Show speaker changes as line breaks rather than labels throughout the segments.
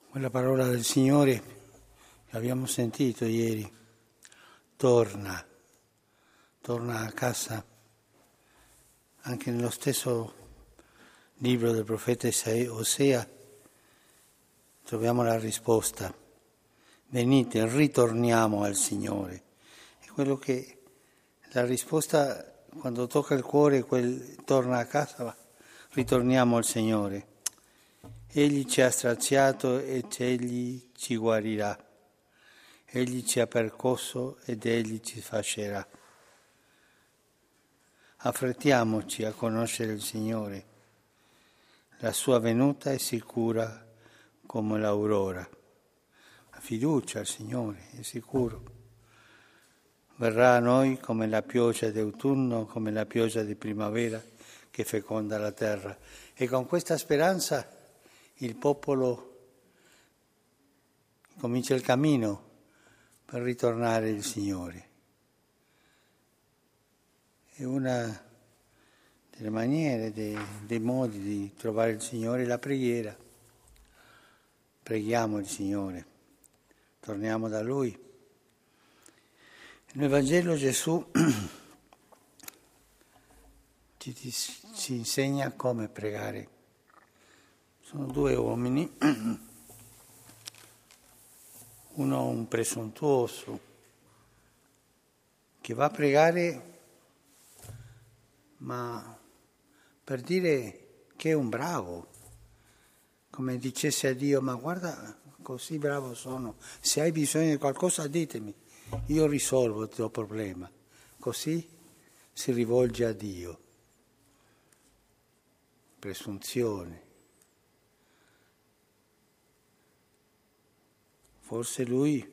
Quella parola del Signore che abbiamo sentito ieri, torna a casa, anche nello stesso libro del profeta Osea troviamo la risposta, venite, ritorniamo al Signore. È quello che la risposta quando tocca il cuore, torna a casa, ritorniamo al Signore. Egli ci ha straziato ed Egli ci guarirà. Egli ci ha percosso ed Egli ci fascerà. Affrettiamoci a conoscere il Signore. La sua venuta è sicura come l'aurora. La fiducia al Signore è sicuro. Verrà a noi come la pioggia d'autunno, come la pioggia di primavera che feconda la terra. E con questa speranza il popolo comincia il cammino per ritornare al Signore. È una delle maniere, dei modi di trovare il Signore, la preghiera. Preghiamo il Signore, torniamo da Lui. Nel Vangelo Gesù ci insegna come pregare. Sono due uomini, uno un presuntuoso che va a pregare ma per dire che è un bravo, come dicesse a Dio, ma guarda così bravo sono, se hai bisogno di qualcosa ditemi, io risolvo il tuo problema. Così si rivolge a Dio. Presunzione. Forse lui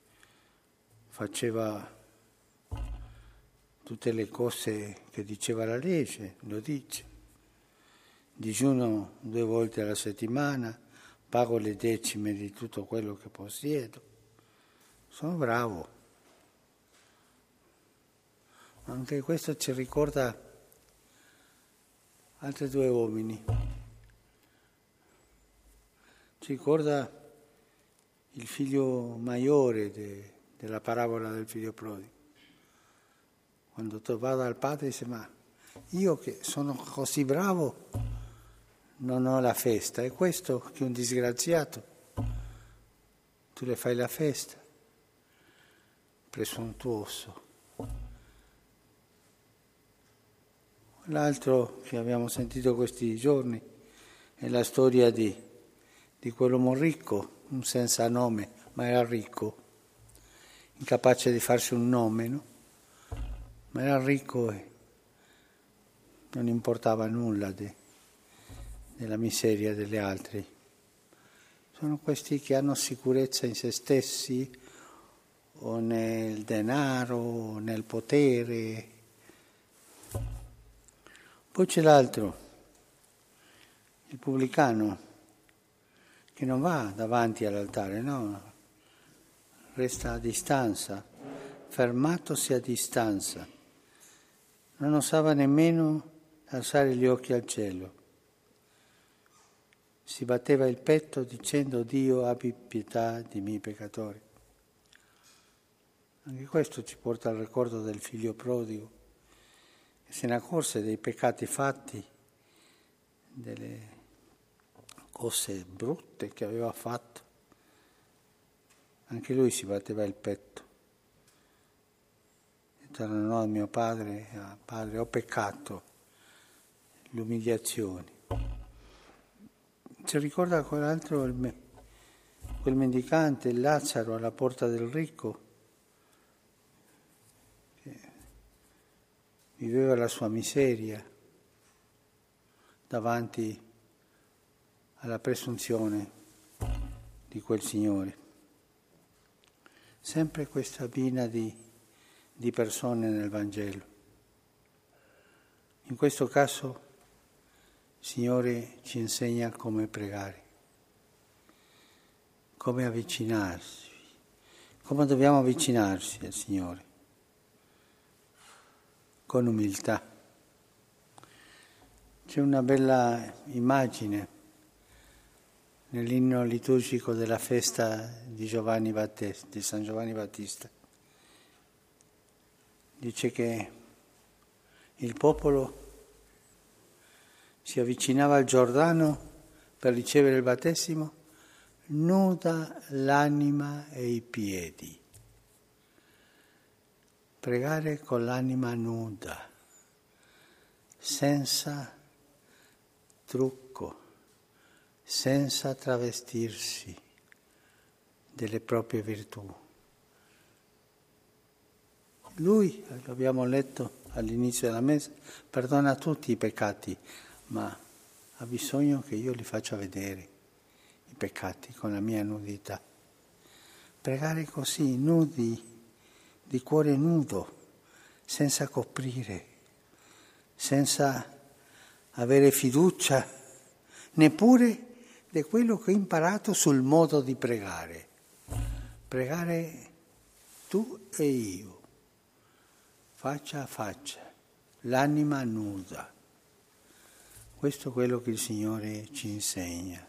faceva tutte le cose che diceva la legge, lo dice. Digiuno 2 volte alla settimana, pago le decime di tutto quello che possiedo. Sono bravo. Anche questo ci ricorda altri due uomini. Ci ricorda il figlio maggiore della parabola del figlio prodigo. Quando va dal padre dice, ma io che sono così bravo non ho la festa. E questo che è un disgraziato, tu le fai la festa. Presuntuoso. L'altro che abbiamo sentito questi giorni è la storia di quell'uomo ricco, un senza nome, ma era ricco, incapace di farsi un nome, no? Ma era ricco e non importava nulla della miseria degli altri. Sono questi che hanno sicurezza in se stessi o nel denaro o nel potere. Poi c'è l'altro, il pubblicano, che non va davanti all'altare, no, resta a distanza, fermatosi a distanza. Non osava nemmeno alzare gli occhi al cielo. Si batteva il petto dicendo, Dio abbi pietà di me peccatori. Anche questo ci porta al ricordo del figlio prodigo, che se ne accorse dei peccati fatti, delle cose brutte che aveva fatto. Anche lui si batteva il petto. E tornò al mio padre, padre, ho peccato, l'umiliazione. Ci ricorda quell'altro, quel mendicante, il Lazzaro, alla porta del ricco, che viveva la sua miseria davanti alla presunzione di quel Signore. Sempre questa bina di persone nel Vangelo. In questo caso il Signore ci insegna come pregare, come avvicinarsi, come dobbiamo avvicinarsi al Signore, con umiltà. C'è una bella immagine nell'inno liturgico della festa di San Giovanni Battista. Dice che il popolo si avvicinava al Giordano per ricevere il battesimo, nuda l'anima e i piedi. Pregare con l'anima nuda, senza trucco, senza travestirsi delle proprie virtù. Lui, lo abbiamo letto all'inizio della messa, perdona tutti i peccati, ma ha bisogno che io li faccia vedere, i peccati, con la mia nudità. Pregare così, nudi, di cuore nudo, senza coprire, senza avere fiducia, neppure di quello che ho imparato sul modo di pregare. Pregare tu e io, faccia a faccia, l'anima nuda. Questo è quello che il Signore ci insegna.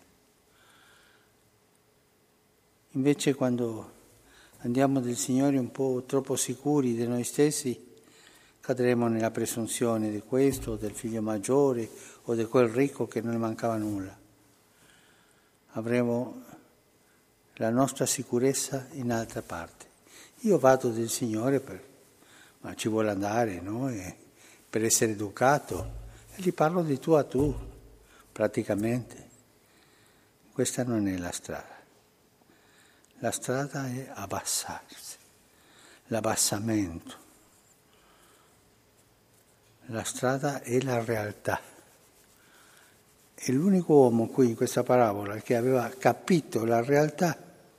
Invece quando andiamo del Signore un po' troppo sicuri di noi stessi, cadremo nella presunzione di questo, o del figlio maggiore, o di quel ricco che non ne mancava nulla. Avremo la nostra sicurezza in altra parte. Io vado del Signore, ma ci vuole andare, no? Per essere educato, e gli parlo di tu a tu, praticamente. Questa non è la strada. La strada è abbassarsi, l'abbassamento. La strada è la realtà. E l'unico uomo qui in questa parabola che aveva capito la realtà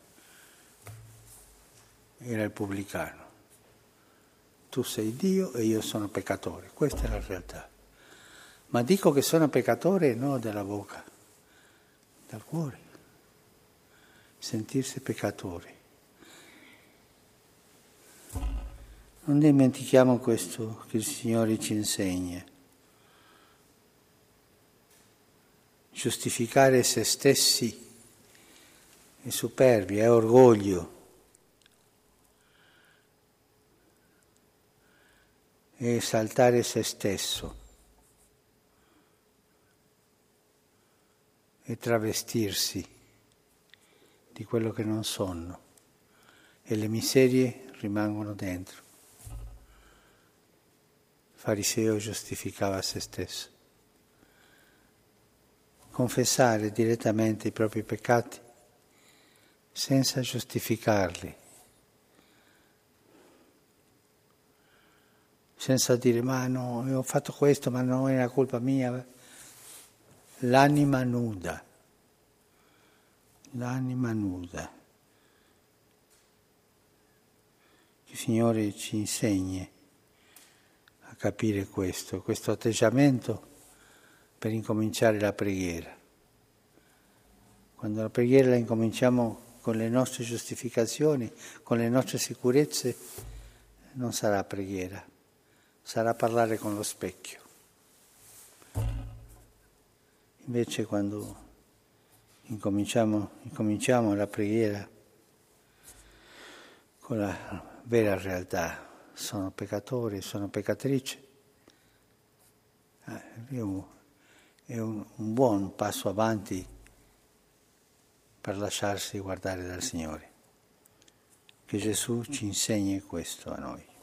era il pubblicano. Tu sei Dio e io sono peccatore. Questa è la realtà. Ma dico che sono peccatore non dalla bocca, dal cuore. Sentirsi peccatore. Non dimentichiamo questo che il Signore ci insegna. Giustificare se stessi è superbia, è orgoglio. È esaltare se stesso. E travestirsi di quello che non sono. E le miserie rimangono dentro. Il fariseo giustificava se stesso. Confessare direttamente i propri peccati senza giustificarli, senza dire ma no, ho fatto questo, ma non è una colpa mia. L'anima nuda, l'anima nuda. Il Signore ci insegni a capire questo atteggiamento per incominciare la preghiera. Quando la preghiera la incominciamo con le nostre giustificazioni, con le nostre sicurezze, non sarà preghiera, sarà parlare con lo specchio. Invece quando incominciamo la preghiera con la vera realtà, sono peccatore, sono peccatrice, è un buon passo avanti per lasciarsi guardare dal Signore. Che Gesù ci insegni questo a noi.